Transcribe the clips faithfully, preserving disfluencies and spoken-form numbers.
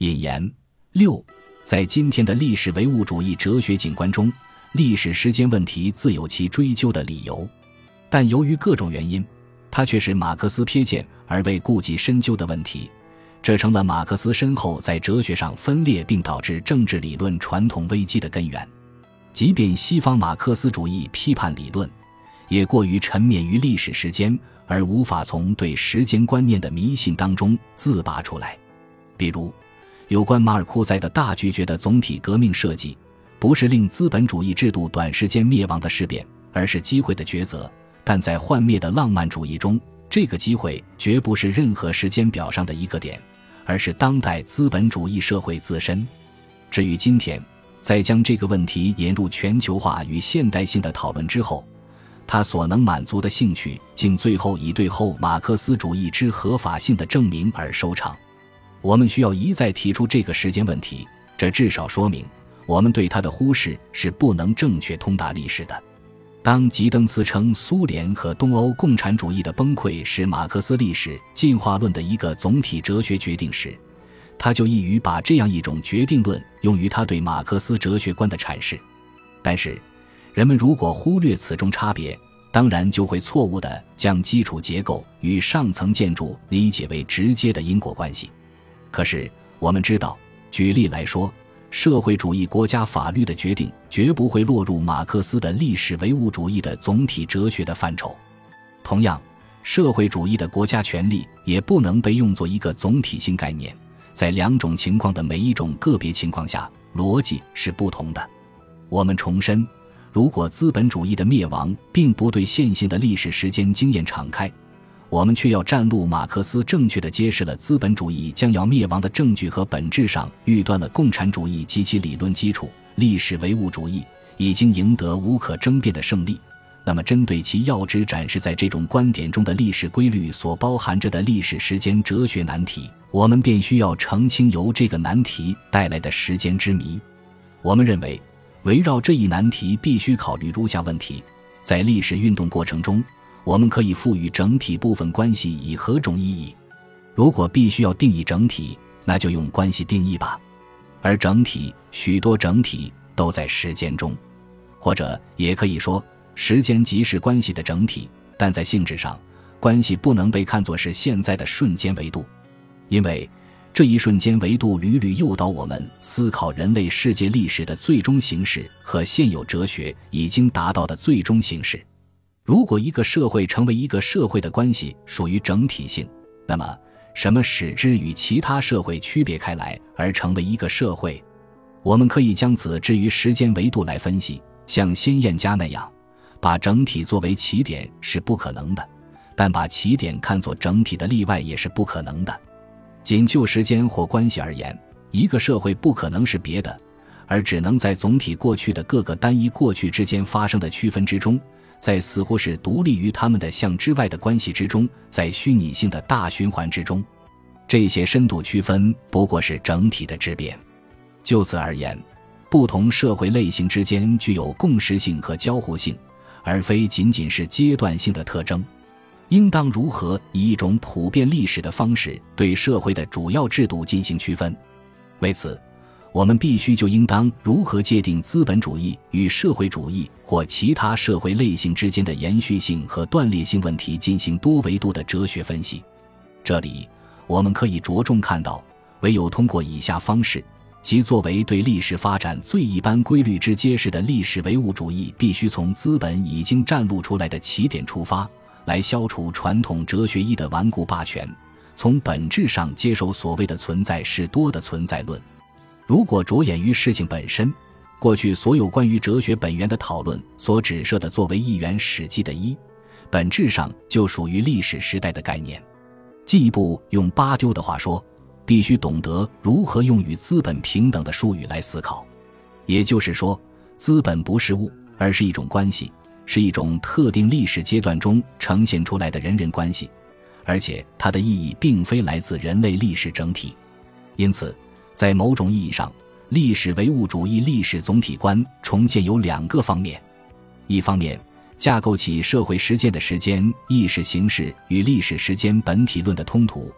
引言六，在今天的历史唯物主义哲学景观中，历史时间问题自有其追究的理由，但由于各种原因，它却是马克思瞥见而未顾及深究的问题，这成了马克思身后在哲学上分裂并导致政治理论传统危机的根源。即便西方马克思主义批判理论也过于沉湎于历史时间，而无法从对时间观念的迷信当中自拔出来。比如有关马尔库塞的大拒绝的总体革命设计，不是令资本主义制度短时间灭亡的事变，而是机会的抉择，但在幻灭的浪漫主义中，这个机会绝不是任何时间表上的一个点，而是当代资本主义社会自身。至于今天，在将这个问题引入全球化与现代性的讨论之后，他所能满足的兴趣竟最后以对后马克思主义之合法性的证明而收场。我们需要一再提出这个时间问题，这至少说明我们对它的忽视是不能正确通达历史的。当吉登斯称苏联和东欧共产主义的崩溃是马克思历史进化论的一个总体哲学决定时，他就意于把这样一种决定论用于他对马克思哲学观的阐释。但是人们如果忽略此中差别，当然就会错误地将基础结构与上层建筑理解为直接的因果关系。可是我们知道，举例来说，社会主义国家法律的决定绝不会落入马克思的历史唯物主义的总体哲学的范畴。同样，社会主义的国家权力也不能被用作一个总体性概念，在两种情况的每一种个别情况下，逻辑是不同的。我们重申，如果资本主义的灭亡并不对现行的历史时间经验敞开，我们却要占路马克思正确地揭示了资本主义将要灭亡的证据和本质上预断了共产主义及其理论基础，历史唯物主义已经赢得无可争辩的胜利。那么针对其要旨展示在这种观点中的历史规律所包含着的历史时间哲学难题，我们便需要澄清由这个难题带来的时间之谜。我们认为围绕这一难题必须考虑如下问题：在历史运动过程中，我们可以赋予整体部分关系以何种意义？如果必须要定义整体，那就用关系定义吧。而整体，许多整体都在时间中，或者也可以说时间即是关系的整体，但在性质上，关系不能被看作是现在的瞬间维度，因为这一瞬间维度屡屡诱导我们思考人类世界历史的最终形式和现有哲学已经达到的最终形式。如果一个社会成为一个社会的关系属于整体性，那么什么使之与其他社会区别开来而成为一个社会？我们可以将此置于时间维度来分析，像先验家那样，把整体作为起点是不可能的，但把起点看作整体的例外也是不可能的。仅就时间或关系而言，一个社会不可能是别的，而只能在总体过去的各个单一过去之间发生的区分之中，在似乎是独立于他们的相之外的关系之中，在虚拟性的大循环之中，这些深度区分不过是整体的质变。就此而言，不同社会类型之间具有共识性和交互性，而非仅仅是阶段性的特征。应当如何以一种普遍历史的方式对社会的主要制度进行区分？为此，我们必须就应当如何界定资本主义与社会主义或其他社会类型之间的延续性和断裂性问题进行多维度的哲学分析。这里我们可以着重看到，唯有通过以下方式，即作为对历史发展最一般规律之揭示的历史唯物主义必须从资本已经展露出来的起点出发，来消除传统哲学一的顽固霸权，从本质上接受所谓的存在是多的存在论。如果着眼于事情本身，过去所有关于哲学本源的讨论所指涉的作为一元史记的一，本质上就属于历史时代的概念。进一步用巴丢的话说，必须懂得如何用与资本平等的术语来思考。也就是说，资本不是物，而是一种关系，是一种特定历史阶段中呈现出来的人人关系，而且它的意义并非来自人类历史整体。因此在某种意义上，历史唯物主义历史总体观重建有两个方面。一方面，架构起社会实践的时间意识形式与历史时间本体论的通途，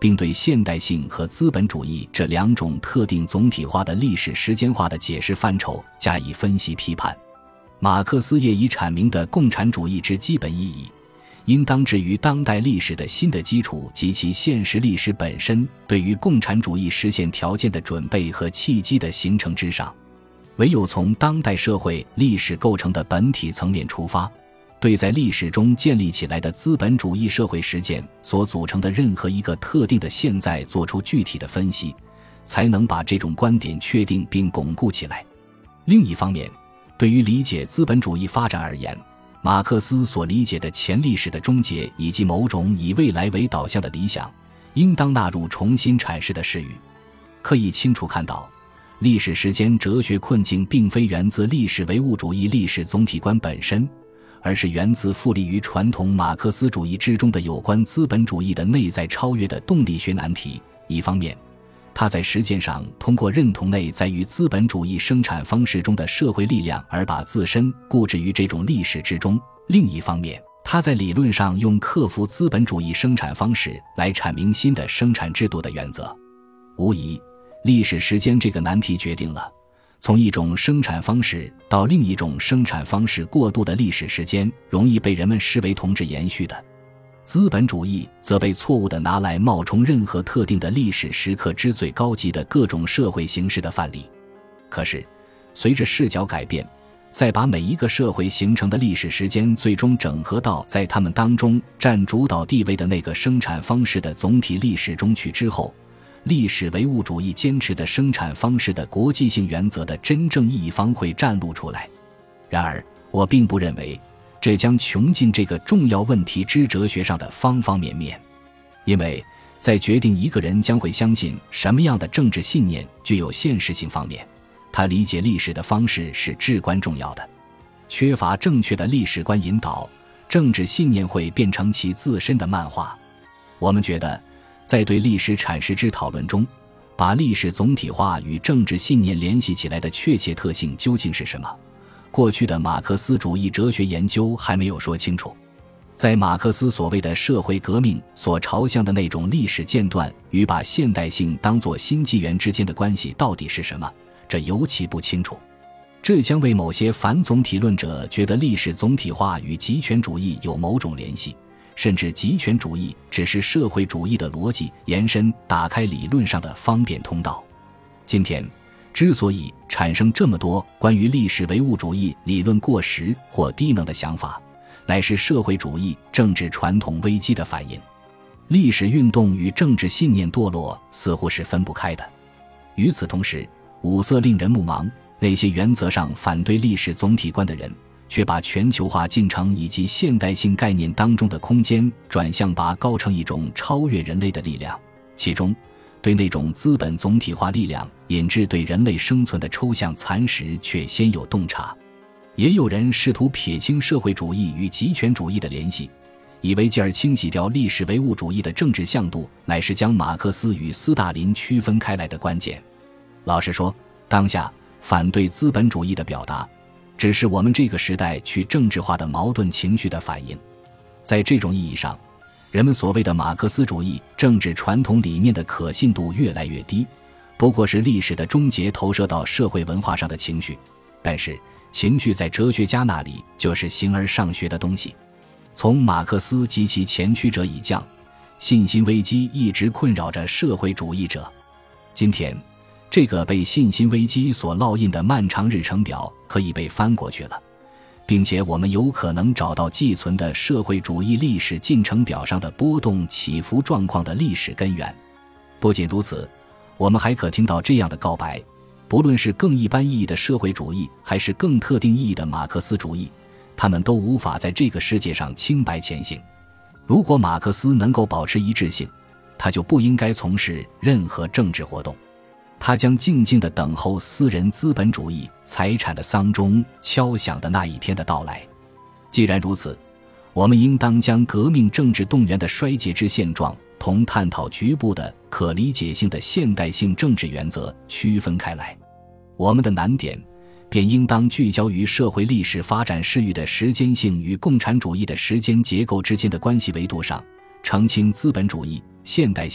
并对现代性和资本主义这两种特定总体化的历史时间化的解释范畴加以分析批判。马克思业已阐明的共产主义之基本意义，应当置于当代历史的新的基础及其现实历史本身对于共产主义实现条件的准备和契机的形成之上。唯有从当代社会历史构成的本体层面出发，对在历史中建立起来的资本主义社会实践所组成的任何一个特定的现在做出具体的分析，才能把这种观点确定并巩固起来。另一方面，对于理解资本主义发展而言，马克思所理解的前历史的终结以及某种以未来为导向的理想，应当纳入重新阐释的视域。可以清楚看到，历史时间哲学困境并非源自历史唯物主义历史总体观本身，而是源自复立于传统马克思主义之中的有关资本主义的内在超越的动力学难题。一方面，它在实践上通过认同内在于资本主义生产方式中的社会力量而把自身固置于这种历史之中；另一方面，它在理论上用克服资本主义生产方式来阐明新的生产制度的原则。无疑，历史时间这个难题决定了从一种生产方式到另一种生产方式过渡的历史时间容易被人们视为同质延续的，资本主义则被错误地拿来冒充任何特定的历史时刻之最高级的各种社会形式的范例。可是，随着视角改变，再把每一个社会形成的历史时间最终整合到在他们当中占主导地位的那个生产方式的总体历史中去之后，历史唯物主义坚持的生产方式的国际性原则的真正意义方会展露出来。然而，我并不认为这将穷尽这个重要问题之哲学上的方方面面，因为在决定一个人将会相信什么样的政治信念具有现实性方面，他理解历史的方式是至关重要的。缺乏正确的历史观引导，政治信念会变成其自身的漫画。我们觉得在对历史阐释之讨论中，把历史总体化与政治信念联系起来的确切特性究竟是什么？过去的马克思主义哲学研究还没有说清楚。在马克思所谓的社会革命所朝向的那种历史间断与把现代性当作新纪元之间的关系到底是什么，这尤其不清楚。这将为某些反总体论者觉得历史总体化与极权主义有某种联系，甚至极权主义只是社会主义的逻辑延伸打开理论上的方便通道。今天之所以产生这么多关于历史唯物主义理论过时或低能的想法，乃是社会主义政治传统危机的反应。历史运动与政治信念堕落似乎是分不开的。与此同时，五色令人目盲，那些原则上反对历史总体观的人却把全球化进程以及现代性概念当中的空间转向拔高成一种超越人类的力量，其中对那种资本总体化力量引致对人类生存的抽象蚕食却先有洞察。也有人试图撇清社会主义与极权主义的联系，以为继而清洗掉历史唯物主义的政治向度乃是将马克思与斯大林区分开来的关键。老实说，当下反对资本主义的表达只是我们这个时代去政治化的矛盾情绪的反应。在这种意义上，人们所谓的马克思主义政治传统理念的可信度越来越低，不过是历史的终结投射到社会文化上的情绪。但是情绪在哲学家那里就是形而上学的东西。从马克思及其前驱者以降，信心危机一直困扰着社会主义者。今天这个被信心危机所烙印的漫长日程表可以被翻过去了，并且我们有可能找到寄存的社会主义历史进程表上的波动起伏状况的历史根源。不仅如此，我们还可听到这样的告白，不论是更一般意义的社会主义还是更特定意义的马克思主义，他们都无法在这个世界上清白前行。如果马克思能够保持一致性，他就不应该从事任何政治活动，他将静静地等候私人资本主义财产的丧钟敲响的那一天的到来。既然如此，我们应当将革命政治动员的衰竭之现状同探讨局部的可理解性的现代性政治原则区分开来。我们的难点便应当聚焦于社会历史发展事域的时间性与共产主义的时间结构之间的关系维度上，澄清资本主义、现代性、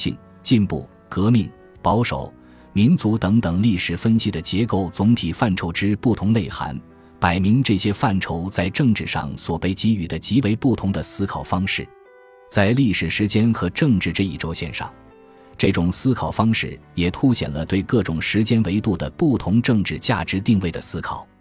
进步、革命、保守、民族等等历史分析的结构总体范畴之不同内涵，摆明这些范畴在政治上所被给予的极为不同的思考方式。在历史时间和政治这一轴线上，这种思考方式也凸显了对各种时间维度的不同政治价值定位的思考。